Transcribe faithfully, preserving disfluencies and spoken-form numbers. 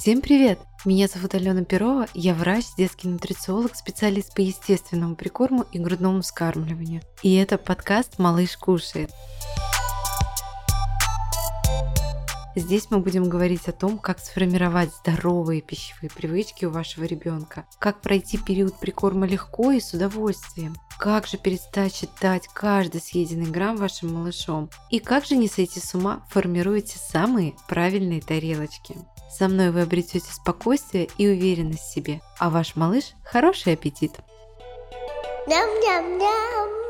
Всем привет! Меня зовут Алена Перова, я врач, детский нутрициолог, специалист по естественному прикорму и грудному вскармливанию. И это подкаст «Малыш кушает». Здесь мы будем говорить о том, как сформировать здоровые пищевые привычки у вашего ребенка, как пройти период прикорма легко и с удовольствием, как же перестать считать каждый съеденный грамм вашим малышом, и как же не сойти с ума, формируете самые правильные тарелочки. Со мной вы обретете спокойствие и уверенность в себе, а ваш малыш – хороший аппетит. Ням-ням-ням.